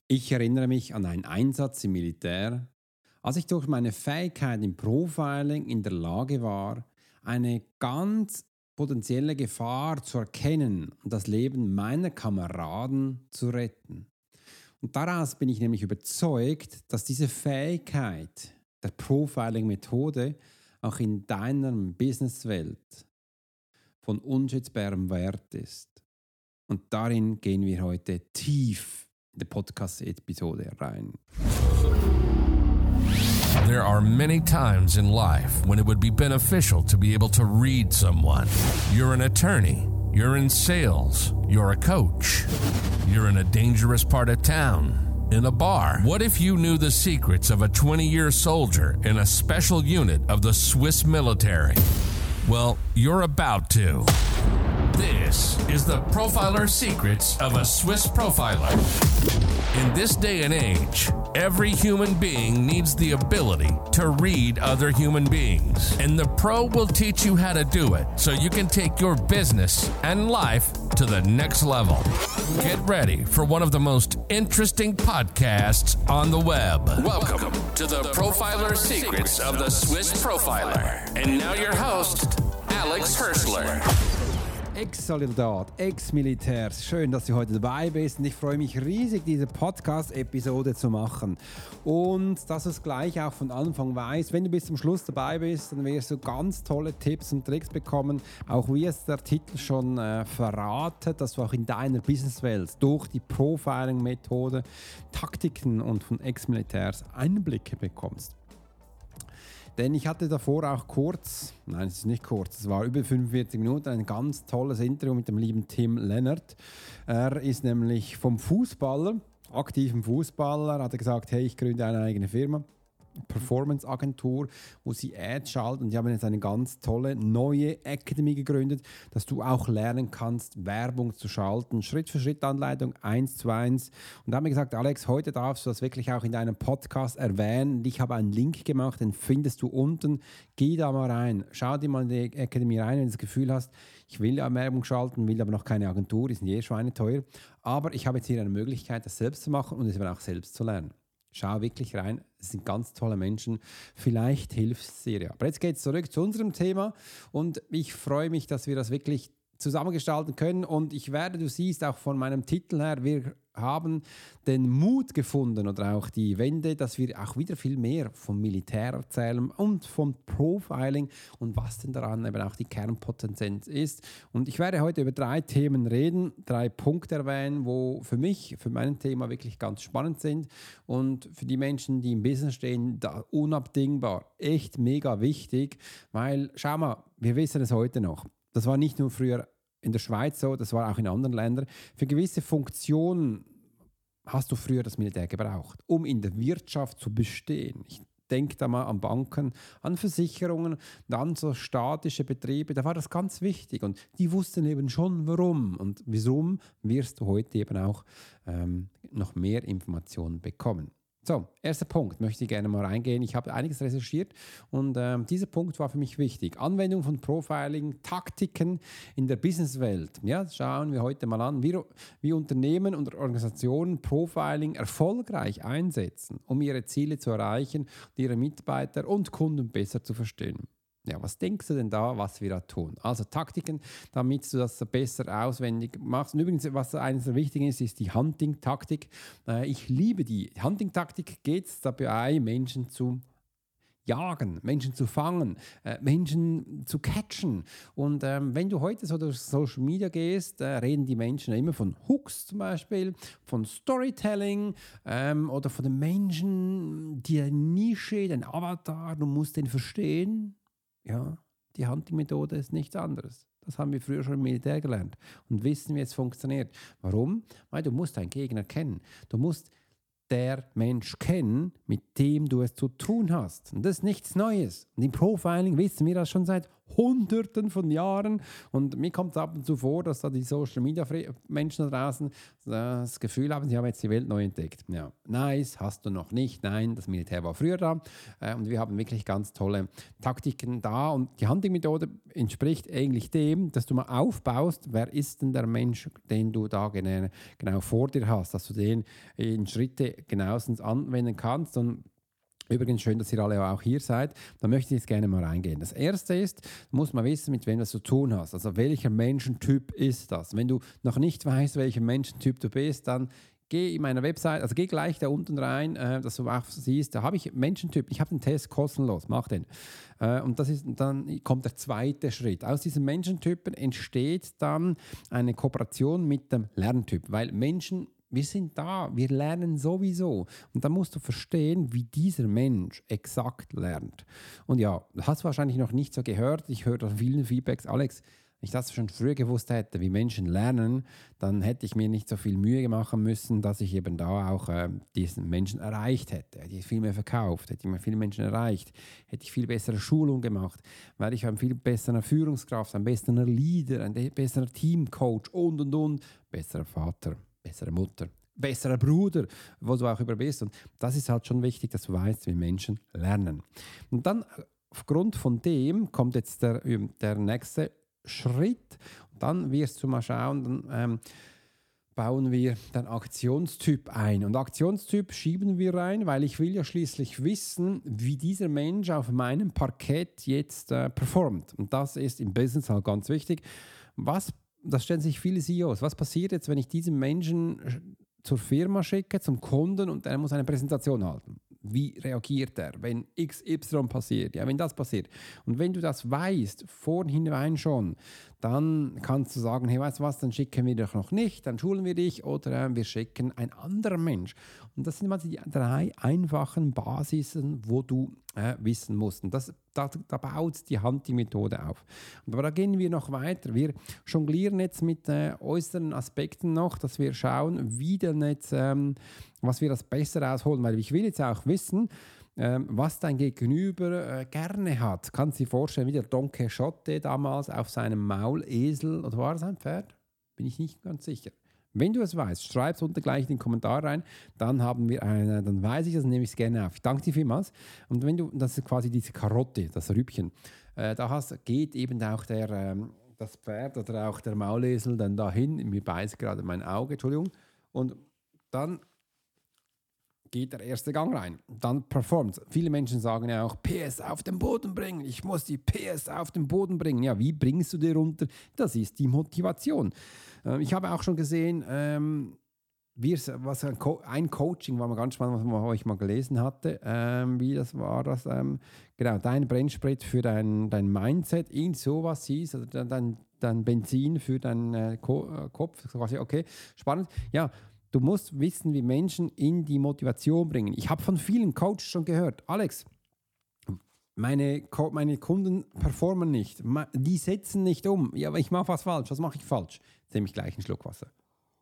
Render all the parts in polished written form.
Ich erinnere mich an einen Einsatz im Militär, als ich durch meine Fähigkeit im Profiling in der Lage war, eine ganz potenzielle Gefahr zu erkennen und das Leben meiner Kameraden zu retten. Und daraus bin ich nämlich überzeugt, dass diese Fähigkeit der Profiling-Methode auch in deiner Businesswelt von unschätzbarem Wert ist. Und darin gehen wir heute tief in die Podcast-Episode rein. There are many times in life when it would be beneficial to be able to read someone. You're an attorney, you're in sales, you're a coach, you're in a dangerous part of town, in a bar. What if you knew the secrets of a 20-year soldier in a special unit of the Swiss military? Well, you're about to. This is the Profiler Secrets of a Swiss Profiler. In this day and age, every human being needs the ability to read other human beings. And the pro will teach you how to do it so you can take your business and life to the next level. Get ready for one of the most interesting podcasts on the web. Welcome to the Profiler Secrets of the Swiss Profiler. And now your host, Alex Hirschler. Ex-Soldat, Ex-Militär, schön, dass du heute dabei bist und ich freue mich riesig, diese Podcast-Episode zu machen und dass du es gleich auch von Anfang weißt. Wenn du bis zum Schluss dabei bist, dann wirst du ganz tolle Tipps und Tricks bekommen, auch wie es der Titel schon verratet, dass du auch in deiner Businesswelt durch die Profiling-Methode Taktiken und von Ex-Militärs Einblicke bekommst. Denn ich hatte davor auch es ist nicht kurz, es war über 45 Minuten, ein ganz tolles Interview mit dem lieben Tim Lennart. Er ist nämlich vom Fußballer, aktiven Fußballer, hat er gesagt, hey, ich gründe eine eigene Firma. Performance-Agentur, wo sie Ads schalten und die haben jetzt eine ganz tolle neue Academy gegründet, dass du auch lernen kannst, Werbung zu schalten, Schritt für Schritt Anleitung 1:1 und da haben wir gesagt, Alex, heute darfst du das wirklich auch in deinem Podcast erwähnen. Ich habe einen Link gemacht, den findest du unten, geh da mal rein, schau dir mal in die Academy rein, wenn du das Gefühl hast, ich will ja Werbung schalten, will aber noch keine Agentur, die sind schweineteuer, aber ich habe jetzt hier eine Möglichkeit, das selbst zu machen und es auch selbst zu lernen. Schau wirklich rein, es sind ganz tolle Menschen, vielleicht hilft es dir ja. Aber jetzt geht es zurück zu unserem Thema und ich freue mich, dass wir das wirklich zusammengestalten können und du siehst auch von meinem Titel her, wir haben den Mut gefunden oder auch die Wende, dass wir auch wieder viel mehr vom Militär erzählen und vom Profiling und was denn daran eben auch die Kernpotenz ist. Und ich werde heute über 3 Themen reden, 3 Punkte erwähnen, wo für mein Thema wirklich ganz spannend sind und für die Menschen, die im Business stehen, da unabdingbar, echt mega wichtig, weil schau mal, wir wissen es heute noch. Das war nicht nur früher in der Schweiz so, das war auch in anderen Ländern. Für gewisse Funktionen hast du früher das Militär gebraucht, um in der Wirtschaft zu bestehen. Ich denke da mal an Banken, an Versicherungen, an so statische Betriebe, da war das ganz wichtig und die wussten eben schon warum und wieso wirst du heute eben auch noch mehr Informationen bekommen. So, erster Punkt, möchte ich gerne mal reingehen. Ich habe einiges recherchiert und dieser Punkt war für mich wichtig. Anwendung von Profiling, Taktiken in der Businesswelt. Ja, das schauen wir heute mal an, wie Unternehmen und Organisationen Profiling erfolgreich einsetzen, um ihre Ziele zu erreichen und ihre Mitarbeiter und Kunden besser zu verstehen. Ja, was denkst du denn da, was wir da tun? Also Taktiken, damit du das besser auswendig machst. Und übrigens, was eines der wichtigen ist die Hunting-Taktik. Ich liebe die. Hunting-Taktik geht es dabei, Menschen zu jagen, Menschen zu fangen, Menschen zu catchen. Und wenn du heute so durch Social Media gehst, reden die Menschen immer von Hooks zum Beispiel, von Storytelling oder von den Menschen, die Nische, den Avatar, du musst den verstehen. Ja, die Hunting-Methode ist nichts anderes. Das haben wir früher schon im Militär gelernt und wissen, wie es funktioniert. Warum? Weil du musst deinen Gegner kennen. Du musst der Mensch kennen, mit dem du es zu tun hast. Und das ist nichts Neues. Und im Profiling wissen wir das schon seit Hunderten von Jahren. Und mir kommt es ab und zu vor, dass da die Social Media Menschen da draußen das Gefühl haben, sie haben jetzt die Welt neu entdeckt. Ja, nice, hast du noch nicht. Nein, das Militär war früher da. Und wir haben wirklich ganz tolle Taktiken da. Und die Hunting-Methode entspricht eigentlich dem, dass du mal aufbaust, wer ist denn der Mensch, den du da genau vor dir hast, dass du den in Schritte genauestens anwenden kannst. Und übrigens schön, dass ihr alle auch hier seid. Da möchte ich jetzt gerne mal reingehen. Das erste ist, du musst mal wissen, mit wem du zu tun hast. Also welcher Menschentyp ist das? Wenn du noch nicht weißt, welcher Menschentyp du bist, dann geh in meiner Website, also geh gleich da unten rein, dass du auch siehst, da habe ich Menschentyp, ich habe den Test kostenlos, mach den. Und dann kommt der zweite Schritt. Aus diesen Menschentypen entsteht dann eine Kooperation mit dem Lerntyp, weil Menschen, wir sind da, wir lernen sowieso. Und da musst du verstehen, wie dieser Mensch exakt lernt. Und ja, das hast du wahrscheinlich noch nicht so gehört. Ich höre da vielen Feedbacks. Alex, wenn ich das schon früher gewusst hätte, wie Menschen lernen, dann hätte ich mir nicht so viel Mühe machen müssen, dass ich eben da auch diesen Menschen erreicht hätte. Hätte ich viel mehr verkauft, hätte ich mir viele Menschen erreicht, hätte ich viel bessere Schulung gemacht, wäre ich ein viel besserer Führungskraft, ein besserer Leader, ein besserer Teamcoach und. Besserer Vater, bessere Mutter, besserer Bruder, wo du auch über bist. Und das ist halt schon wichtig, dass du weißt, wie Menschen lernen. Und dann aufgrund von dem kommt jetzt der nächste Schritt. Und dann wirst du mal schauen, dann bauen wir den Aktionstyp ein. Und Aktionstyp schieben wir rein, weil ich will ja schließlich wissen, wie dieser Mensch auf meinem Parkett jetzt performt. Und das ist im Business halt ganz wichtig. Das stellen sich viele CEOs. Was passiert jetzt, wenn ich diesen Menschen zur Firma schicke, zum Kunden und er muss eine Präsentation halten? Wie reagiert er, wenn XY passiert? Ja, wenn das passiert. Und wenn du das weißt, vorhinein schon, dann kannst du sagen, hey, weißt du was, dann schicken wir dich noch nicht, dann schulen wir dich oder wir schicken ein anderer Mensch. Und das sind mal die 3 einfachen Basisen, wo du wissen musst. Und da baut die Hunting-Methode auf. Aber da gehen wir noch weiter. Wir jonglieren jetzt mit äußeren Aspekten noch, dass wir schauen, wie denn jetzt, was wir das besser rausholen. Weil ich will jetzt auch wissen, was dein Gegenüber gerne hat. Kannst du dir vorstellen, wie der Don Quixote damals auf seinem Maulesel, oder war es ein Pferd? Bin ich nicht ganz sicher. Wenn du es weißt, schreib es unten gleich in den Kommentar rein, dann dann weiß ich das, nehme ich es gerne auf. Ich danke dir vielmals. Und wenn du, das ist quasi diese Karotte, das Rübchen, geht eben auch das Pferd oder auch der Maulesel dann dahin, mir beißt gerade mein Auge, Entschuldigung, und dann geht der erste Gang rein. Dann performt. Viele Menschen sagen ja auch, PS auf den Boden bringen. Ich muss die PS auf den Boden bringen. Ja, wie bringst du die runter? Das ist die Motivation. Ich habe auch schon gesehen, ein Coaching war mal ganz spannend, was ich mal gelesen hatte. Wie das war das? Genau, dein Brennsprit für dein Mindset, irgend sowas hieß, also dein Benzin für deinen Kopf. Okay, spannend. Ja, du musst wissen, wie Menschen in die Motivation bringen. Ich habe von vielen Coaches schon gehört, Alex, meine Kunden performen nicht, die setzen nicht um. Ja, aber ich mache was falsch. Was mache ich falsch? Jetzt nehme ich gleich einen Schluck Wasser.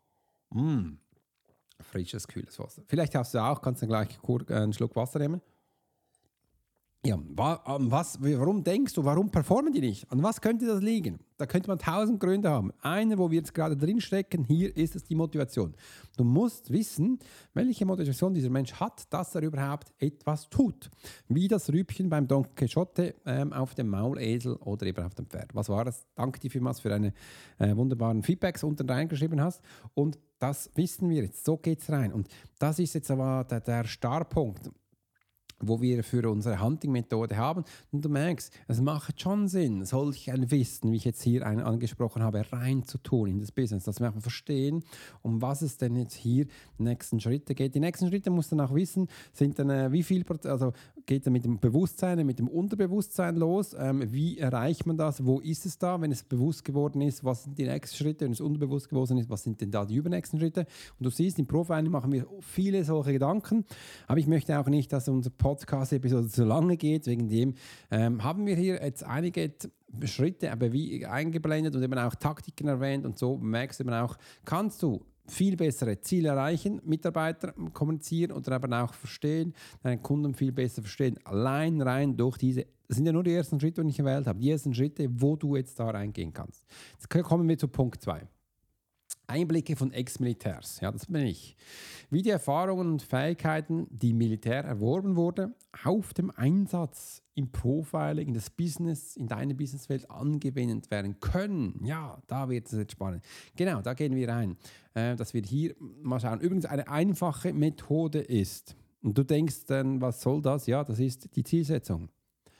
Frisches, kühles Wasser. Vielleicht kannst du gleich einen Schluck Wasser nehmen. Ja, warum denkst du, warum performen die nicht? An was könnte das liegen? Da könnte man 1000 Gründe haben. Einer, wo wir jetzt gerade drin stecken, hier ist es die Motivation. Du musst wissen, welche Motivation dieser Mensch hat, dass er überhaupt etwas tut. Wie das Rübchen beim Don Quixote auf dem Maulesel oder eben auf dem Pferd. Was war das? Danke dir vielmals für deine wunderbaren Feedbacks unten reingeschrieben hast. Und das wissen wir jetzt. So geht es rein. Und das ist jetzt aber der Startpunkt, wo wir für unsere Hunting-Methode haben. Und du merkst, es macht schon Sinn, solch ein Wissen, wie ich jetzt hier angesprochen habe, reinzutun in das Business, dass wir einfach verstehen, um was es denn jetzt hier die nächsten Schritte geht. Die nächsten Schritte musst du dann auch wissen, sind dann wie viel, also geht dann mit dem Bewusstsein, mit dem Unterbewusstsein los, wie erreicht man das, wo ist es da, wenn es bewusst geworden ist, was sind die nächsten Schritte, wenn es unterbewusst geworden ist, was sind denn da die übernächsten Schritte. Und du siehst, im Profiling machen wir viele solche Gedanken, aber ich möchte auch nicht, dass unser Podcast-Episode zu lange geht. Wegen dem haben wir hier jetzt einige Schritte aber wie eingeblendet und eben auch Taktiken erwähnt und so merkst du eben auch, kannst du viel bessere Ziele erreichen, Mitarbeiter kommunizieren oder aber auch verstehen, deinen Kunden viel besser verstehen, allein rein durch diese Das sind ja nur die ersten Schritte, die ich gewählt habe. Die ersten Schritte, wo du jetzt da reingehen kannst. Jetzt kommen wir zu Punkt 2. Einblicke von Ex-Militärs. Ja, das bin ich. Wie die Erfahrungen und Fähigkeiten, die im Militär erworben wurden, auf dem Einsatz im Profiling, in das Business, in deine Businesswelt angewendet werden können. Ja, da wird es jetzt spannend. Genau, da gehen wir rein. Dass wir hier mal schauen. Übrigens eine einfache Methode ist. Und du denkst dann, was soll das? Ja, das ist die Zielsetzung.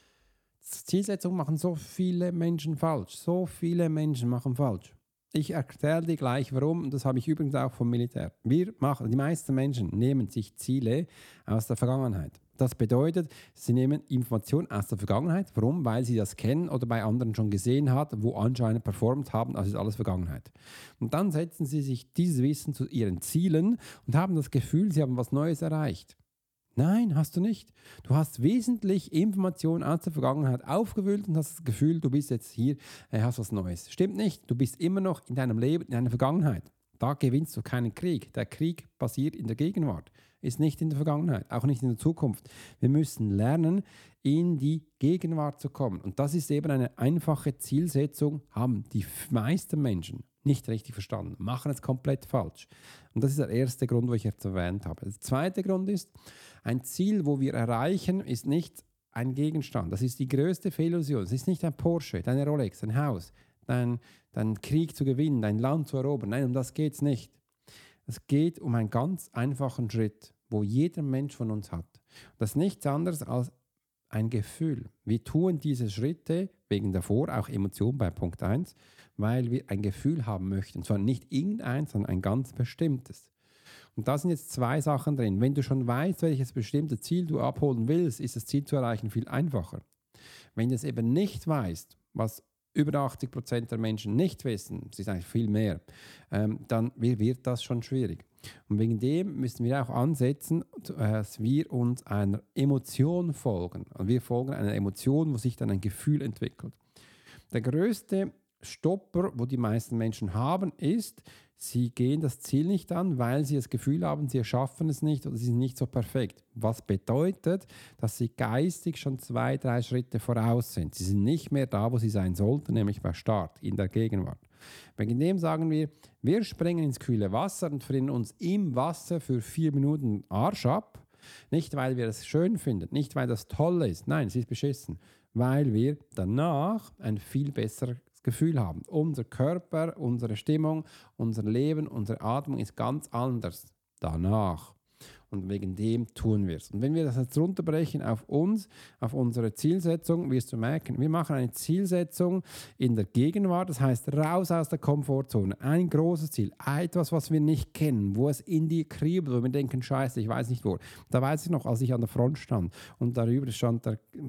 Zielsetzung machen so viele Menschen falsch. So viele Menschen machen falsch. Ich erkläre dir gleich, warum. Und das habe ich übrigens auch vom Militär. Die meisten Menschen nehmen sich Ziele aus der Vergangenheit. Das bedeutet, sie nehmen Informationen aus der Vergangenheit. Warum? Weil sie das kennen oder bei anderen schon gesehen haben, wo anscheinend performt haben. Das ist alles Vergangenheit. Und dann setzen sie sich dieses Wissen zu ihren Zielen und haben das Gefühl, sie haben was Neues erreicht. Nein, hast du nicht. Du hast wesentlich Informationen aus der Vergangenheit aufgewühlt und hast das Gefühl, du bist jetzt hier, hast was Neues. Stimmt nicht. Du bist immer noch in deinem Leben, in deiner Vergangenheit. Da gewinnst du keinen Krieg. Der Krieg passiert in der Gegenwart, ist nicht in der Vergangenheit, auch nicht in der Zukunft. Wir müssen lernen, in die Gegenwart zu kommen. Und das ist eben eine einfache Zielsetzung, haben die meisten Menschen nicht richtig verstanden, machen es komplett falsch. Und das ist der erste Grund, wo ich jetzt erwähnt habe. Der zweite Grund ist, ein Ziel, wo wir erreichen, ist nicht ein Gegenstand. Das ist die größte Fehlillusion. Es ist nicht ein Porsche, deine Rolex, dein Haus, dein Krieg zu gewinnen, dein Land zu erobern. Nein, um das geht es nicht. Es geht um einen ganz einfachen Schritt, wo jeder Mensch von uns hat. Das ist nichts anderes als ein Gefühl. Wir tun diese Schritte wegen davor, auch Emotionen bei Punkt 1, weil wir ein Gefühl haben möchten. Und zwar nicht irgendeins, sondern ein ganz bestimmtes. Und da sind jetzt zwei Sachen drin. Wenn du schon weißt, welches bestimmte Ziel du abholen willst, ist das Ziel zu erreichen viel einfacher. Wenn du es eben nicht weißt, was über 80% der Menschen nicht wissen, es ist eigentlich viel mehr, dann wird das schon schwierig. Und wegen dem müssen wir auch ansetzen, dass wir uns einer Emotion folgen. Und wir folgen einer Emotion, wo sich dann ein Gefühl entwickelt. Der größte Stopper, wo die meisten Menschen haben, ist, sie gehen das Ziel nicht an, weil sie das Gefühl haben, sie schaffen es nicht oder sie sind nicht so perfekt. Was bedeutet, dass sie geistig schon 2, 3 Schritte voraus sind. Sie sind nicht mehr da, wo sie sein sollten, nämlich bei Start, in der Gegenwart. Wegen dem sagen wir springen ins kühle Wasser und frieren uns im Wasser für 4 Minuten Arsch ab. Nicht, weil wir es schön finden, nicht, weil das toll ist. Nein, es ist beschissen. Weil wir danach ein viel besseres Gefühl haben. Unser Körper, unsere Stimmung, unser Leben, unsere Atmung ist ganz anders danach. Und wegen dem tun wir es. Und wenn wir das jetzt runterbrechen auf uns, auf unsere Zielsetzung, wirst du merken, wir machen eine Zielsetzung in der Gegenwart, das heißt raus aus der Komfortzone. Ein großes Ziel, etwas, was wir nicht kennen, wo es in die kribbelt, wo wir denken, scheiße, ich weiß nicht wo. Da weiß ich noch, als ich an der Front stand und darüber stand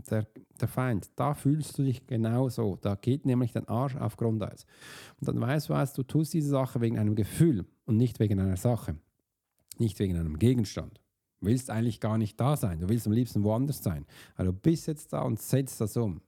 der Feind, da fühlst du dich genau so. Da geht nämlich dein Arsch auf Grundeis. Und dann weißt du, du tust diese Sache wegen einem Gefühl und nicht wegen einer Sache. Nicht wegen einem Gegenstand. Du willst eigentlich gar nicht da sein. Du willst am liebsten woanders sein. Aber du bist jetzt da und setzt das um.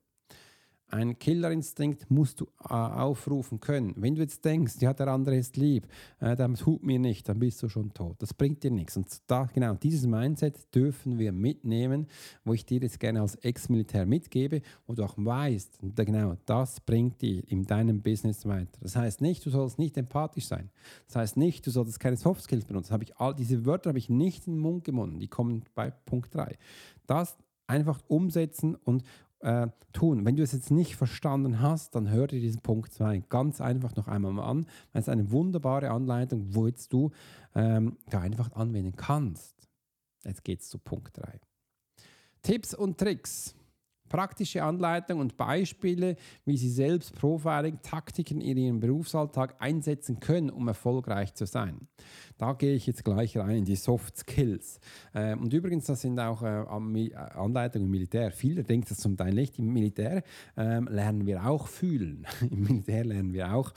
Ein Killerinstinkt musst du aufrufen können. Wenn du jetzt denkst, ja, der andere ist lieb, dann tut mir nicht, dann bist du schon tot. Das bringt dir nichts. Und da, genau, dieses Mindset dürfen wir mitnehmen, wo ich dir jetzt gerne als Ex-Militär mitgebe, wo du auch weißt, genau, das bringt dir in deinem Business weiter. Das heißt nicht, du sollst nicht empathisch sein. Das heißt nicht, du solltest keine Soft Skills benutzen. Diese Wörter habe ich nicht in den Mund genommen. Die kommen bei Punkt 3. Das einfach umsetzen und tun. Wenn du es jetzt nicht verstanden hast, dann hör dir diesen Punkt 2 ganz einfach noch einmal an. Es ist eine wunderbare Anleitung, wo jetzt du einfach anwenden kannst. Jetzt geht es zu Punkt 3. Tipps und Tricks. Praktische Anleitungen und Beispiele, wie Sie selbst Profiling-Taktiken in Ihrem Berufsalltag einsetzen können, um erfolgreich zu sein. Da gehe ich jetzt gleich rein in die Soft Skills. Und übrigens, das sind auch Anleitungen im Militär. Viele denken das zum Teil nicht. Im Militär lernen wir auch fühlen. Im Militär lernen wir auch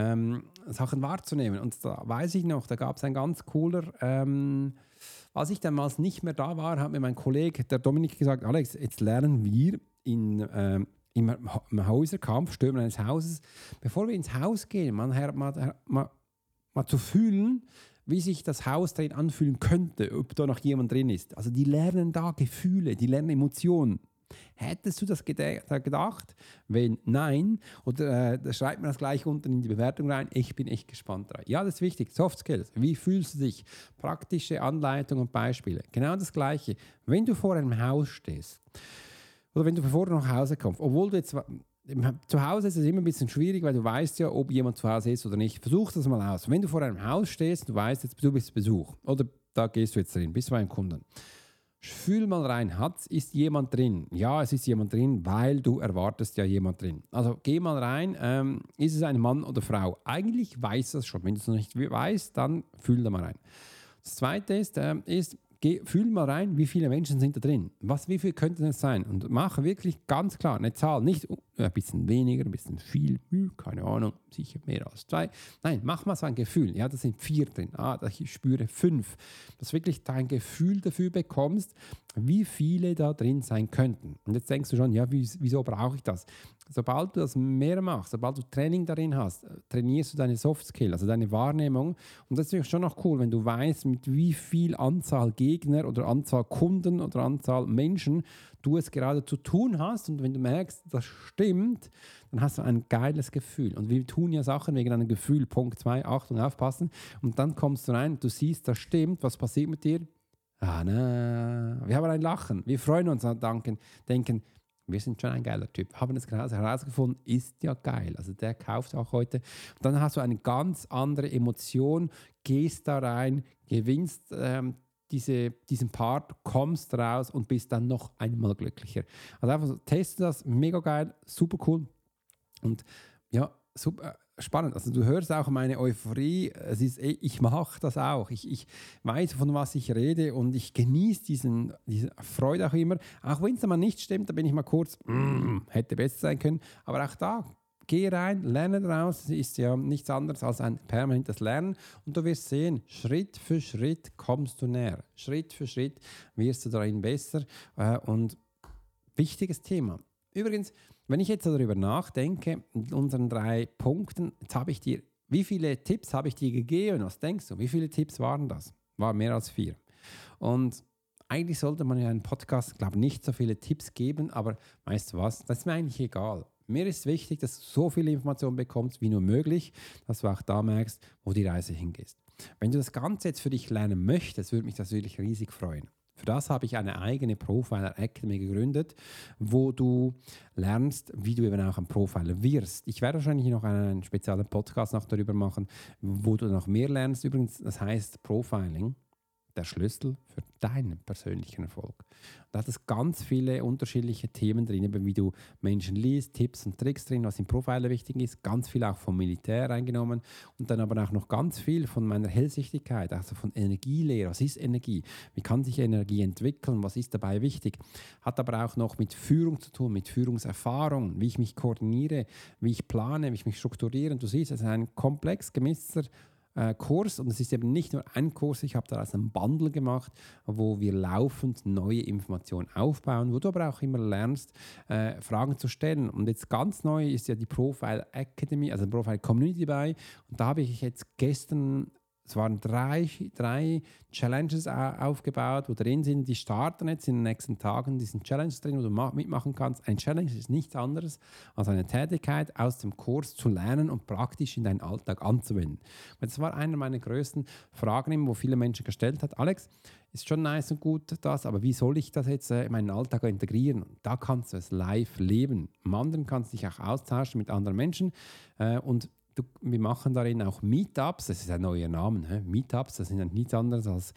Sachen wahrzunehmen. Und da weiß ich noch, da gab es ein ganz cooler... Als ich damals nicht mehr da war, hat mir mein Kollege, der Dominik, gesagt, Alex, jetzt lernen wir im Häuserkampf, Stürmen eines Hauses, bevor wir ins Haus gehen, mal zu fühlen, wie sich das Haus drin anfühlen könnte, ob da noch jemand drin ist. Also die lernen da Gefühle, die lernen Emotionen. Hättest du das gedacht? Wenn nein, oder schreib mir das gleich unten in die Bewertung rein. Ich bin echt gespannt drauf. Ja, das ist wichtig. Soft Skills. Wie fühlst du dich? Praktische Anleitungen und Beispiele. Genau das Gleiche. Wenn du vor einem Haus stehst oder wenn du bevor du nach Hause kommst, obwohl du jetzt zu Hause ist es immer ein bisschen schwierig, weil du weißt ja, ob jemand zu Hause ist oder nicht. Versuch das mal aus. Wenn du vor einem Haus stehst, du weißt jetzt, du bist Besuch oder da gehst du jetzt drin, bist bei einem Kunden. Fühl mal rein, ist jemand drin? Ja, es ist jemand drin, weil du erwartest ja jemand drin. Also geh mal rein, ist es ein Mann oder Frau? Eigentlich weiß das schon. Wenn du es noch nicht weißt, dann fühl da mal rein. Das Zweite ist fühl mal rein, wie viele Menschen sind da drin. Wie viel könnten es sein? Und mach wirklich ganz klar eine Zahl. Nicht ein bisschen weniger, ein bisschen viel, keine Ahnung, sicher mehr als 2. Nein, mach mal so ein Gefühl. Ja, da sind 4 drin. Ich spüre 5. Dass wirklich dein Gefühl dafür bekommst, wie viele da drin sein könnten. Und jetzt denkst du schon, ja, wieso brauche ich das? Sobald du das mehr machst, sobald du Training darin hast, trainierst du deine Soft Skill, also deine Wahrnehmung. Und das ist schon noch cool, wenn du weißt, mit wie viel Anzahl Gegner oder Anzahl Kunden oder Anzahl Menschen du es gerade zu tun hast. Und wenn du merkst, das stimmt, dann hast du ein geiles Gefühl. Und wir tun ja Sachen wegen einem Gefühl. Punkt 2, Achtung, aufpassen. Und dann kommst du rein, du siehst, das stimmt. Was passiert mit dir? Wir haben ein Lachen. Wir freuen uns und denken, wir sind schon ein geiler Typ. Haben es gerade herausgefunden, ist ja geil. Also der kauft auch heute. Und dann hast du eine ganz andere Emotion, gehst da rein, gewinnst diesen Part, kommst raus und bist dann noch einmal glücklicher. Also einfach so, teste das, mega geil, super cool. Und ja, super spannend. Also du hörst auch meine Euphorie. Es ist, ich mache das auch. Ich weiß, von was ich rede und ich genieße diese Freude auch immer. Auch wenn es mal nicht stimmt, da bin ich mal kurz, hätte besser sein können. Aber auch da, geh rein, lerne daraus. Es ist ja nichts anderes als ein permanentes Lernen. Und du wirst sehen, Schritt für Schritt kommst du näher. Schritt für Schritt wirst du darin besser. Und wichtiges Thema. Übrigens, wenn ich jetzt darüber nachdenke, in unseren 3 Punkten, jetzt habe ich dir, wie viele Tipps habe ich dir gegeben? Was denkst du? Wie viele Tipps waren das? War mehr als 4. Und eigentlich sollte man ja einen Podcast, glaube ich, nicht so viele Tipps geben, aber weißt du was? Das ist mir eigentlich egal. Mir ist wichtig, dass du so viele Informationen bekommst, wie nur möglich, dass du auch da merkst, wo die Reise hingeht. Wenn du das Ganze jetzt für dich lernen möchtest, würde mich das wirklich riesig freuen. Für das habe ich eine eigene Profiler Academy gegründet, wo du lernst, wie du eben auch ein Profiler wirst. Ich werde wahrscheinlich noch einen speziellen Podcast noch darüber machen, wo du noch mehr lernst. Übrigens, das heißt Profiling, der Schlüssel für deinen persönlichen Erfolg. Da hat es ganz viele unterschiedliche Themen drin, wie du Menschen liest, Tipps und Tricks drin, was im Profiler wichtig ist, ganz viel auch vom Militär reingenommen und dann aber auch noch ganz viel von meiner Hellsichtigkeit, also von Energielehre. Was ist Energie? Wie kann sich Energie entwickeln? Was ist dabei wichtig? Hat aber auch noch mit Führung zu tun, mit Führungserfahrung, wie ich mich koordiniere, wie ich plane, wie ich mich strukturiere. Und du siehst, es ist ein komplex gemischter Kurs und es ist eben nicht nur ein Kurs, ich habe daraus einen Bundle gemacht, wo wir laufend neue Informationen aufbauen, wo du aber auch immer lernst, Fragen zu stellen. Und jetzt ganz neu ist ja die Profile Academy, also die Profile Community dabei und da habe ich jetzt gestern, es waren drei Challenges aufgebaut, wo drin sind, die starten jetzt in den nächsten Tagen, diesen Challenges drin, wo du mitmachen kannst. Ein Challenge ist nichts anderes als eine Tätigkeit aus dem Kurs zu lernen und praktisch in deinen Alltag anzuwenden. Und das war eine meiner größten Fragen, wo viele Menschen gestellt haben. Alex, ist schon nice und gut das, aber wie soll ich das jetzt in meinen Alltag integrieren? Da kannst du es live leben. Am anderen kannst du dich auch austauschen mit anderen Menschen und wir machen darin auch Meetups, das ist ein neuer Name, Meetups, das sind nichts anderes als,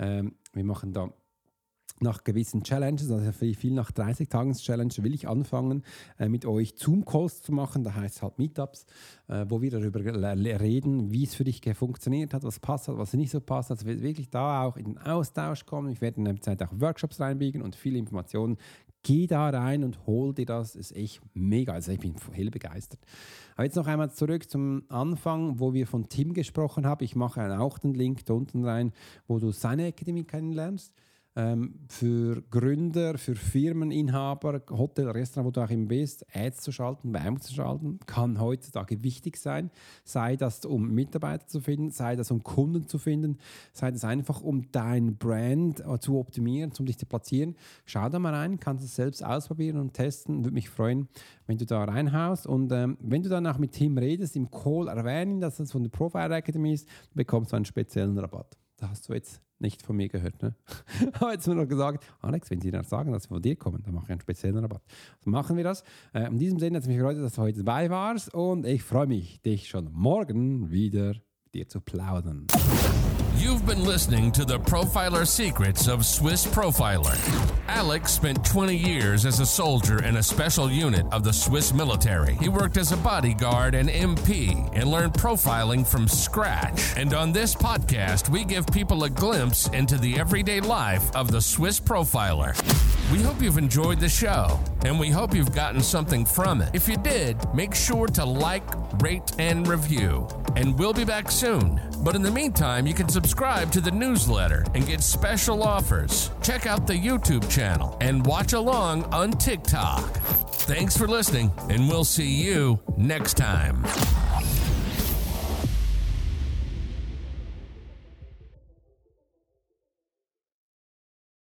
wir machen da nach gewissen Challenges, also viel nach 30 Tagen Challenge will ich anfangen, mit euch Zoom-Calls zu machen, da heißt es halt Meetups, wo wir darüber reden, wie es für dich funktioniert hat, was passt hat, was nicht so passt hat, also wirklich da auch in den Austausch kommen. Ich werde in der Zeit auch Workshops reinbiegen und viele Informationen. Geh da rein und hol dir das, ist echt mega. Also ich bin hell begeistert. Aber jetzt noch einmal zurück zum Anfang, wo wir von Tim gesprochen haben. Ich mache auch den Link da unten rein, wo du seine Akademie kennenlernst. für Gründer, für Firmeninhaber, Hotel, Restaurant, wo du auch immer bist, Ads zu schalten, Werbung zu schalten, kann heutzutage wichtig sein. Sei das, um Mitarbeiter zu finden, sei das, um Kunden zu finden, sei das einfach, um dein Brand zu optimieren, um dich zu platzieren. Schau da mal rein, kannst es selbst ausprobieren und testen. Würde mich freuen, wenn du da reinhaust. Und wenn du dann auch mit Tim redest, im Call erwähnen, dass das von der Profile Academy ist, bekommst du einen speziellen Rabatt. Da hast du jetzt nicht von mir gehört, ne? Ich habe jetzt nur noch gesagt, Alex, wenn sie dann sagen, dass sie von dir kommen, dann mache ich einen speziellen Rabatt. Also machen wir das. In diesem Sinne hat es mich gefreut, dass du heute dabei warst und ich freue mich, dich schon morgen wieder mit dir zu plaudern. You've been listening to the Profiler Secrets of Swiss Profiler. Alex spent 20 years as a soldier in a special unit of the Swiss military. He worked as a bodyguard and MP and learned profiling from scratch. And on this podcast, we give people a glimpse into the everyday life of the Swiss Profiler. We hope you've enjoyed the show, and we hope you've gotten something from it. If you did, make sure to like, rate, and review. And we'll be back soon. But in the meantime, you can subscribe to the newsletter and get special offers. Check out the YouTube channel and watch along on TikTok. Thanks for listening, and we'll see you next time.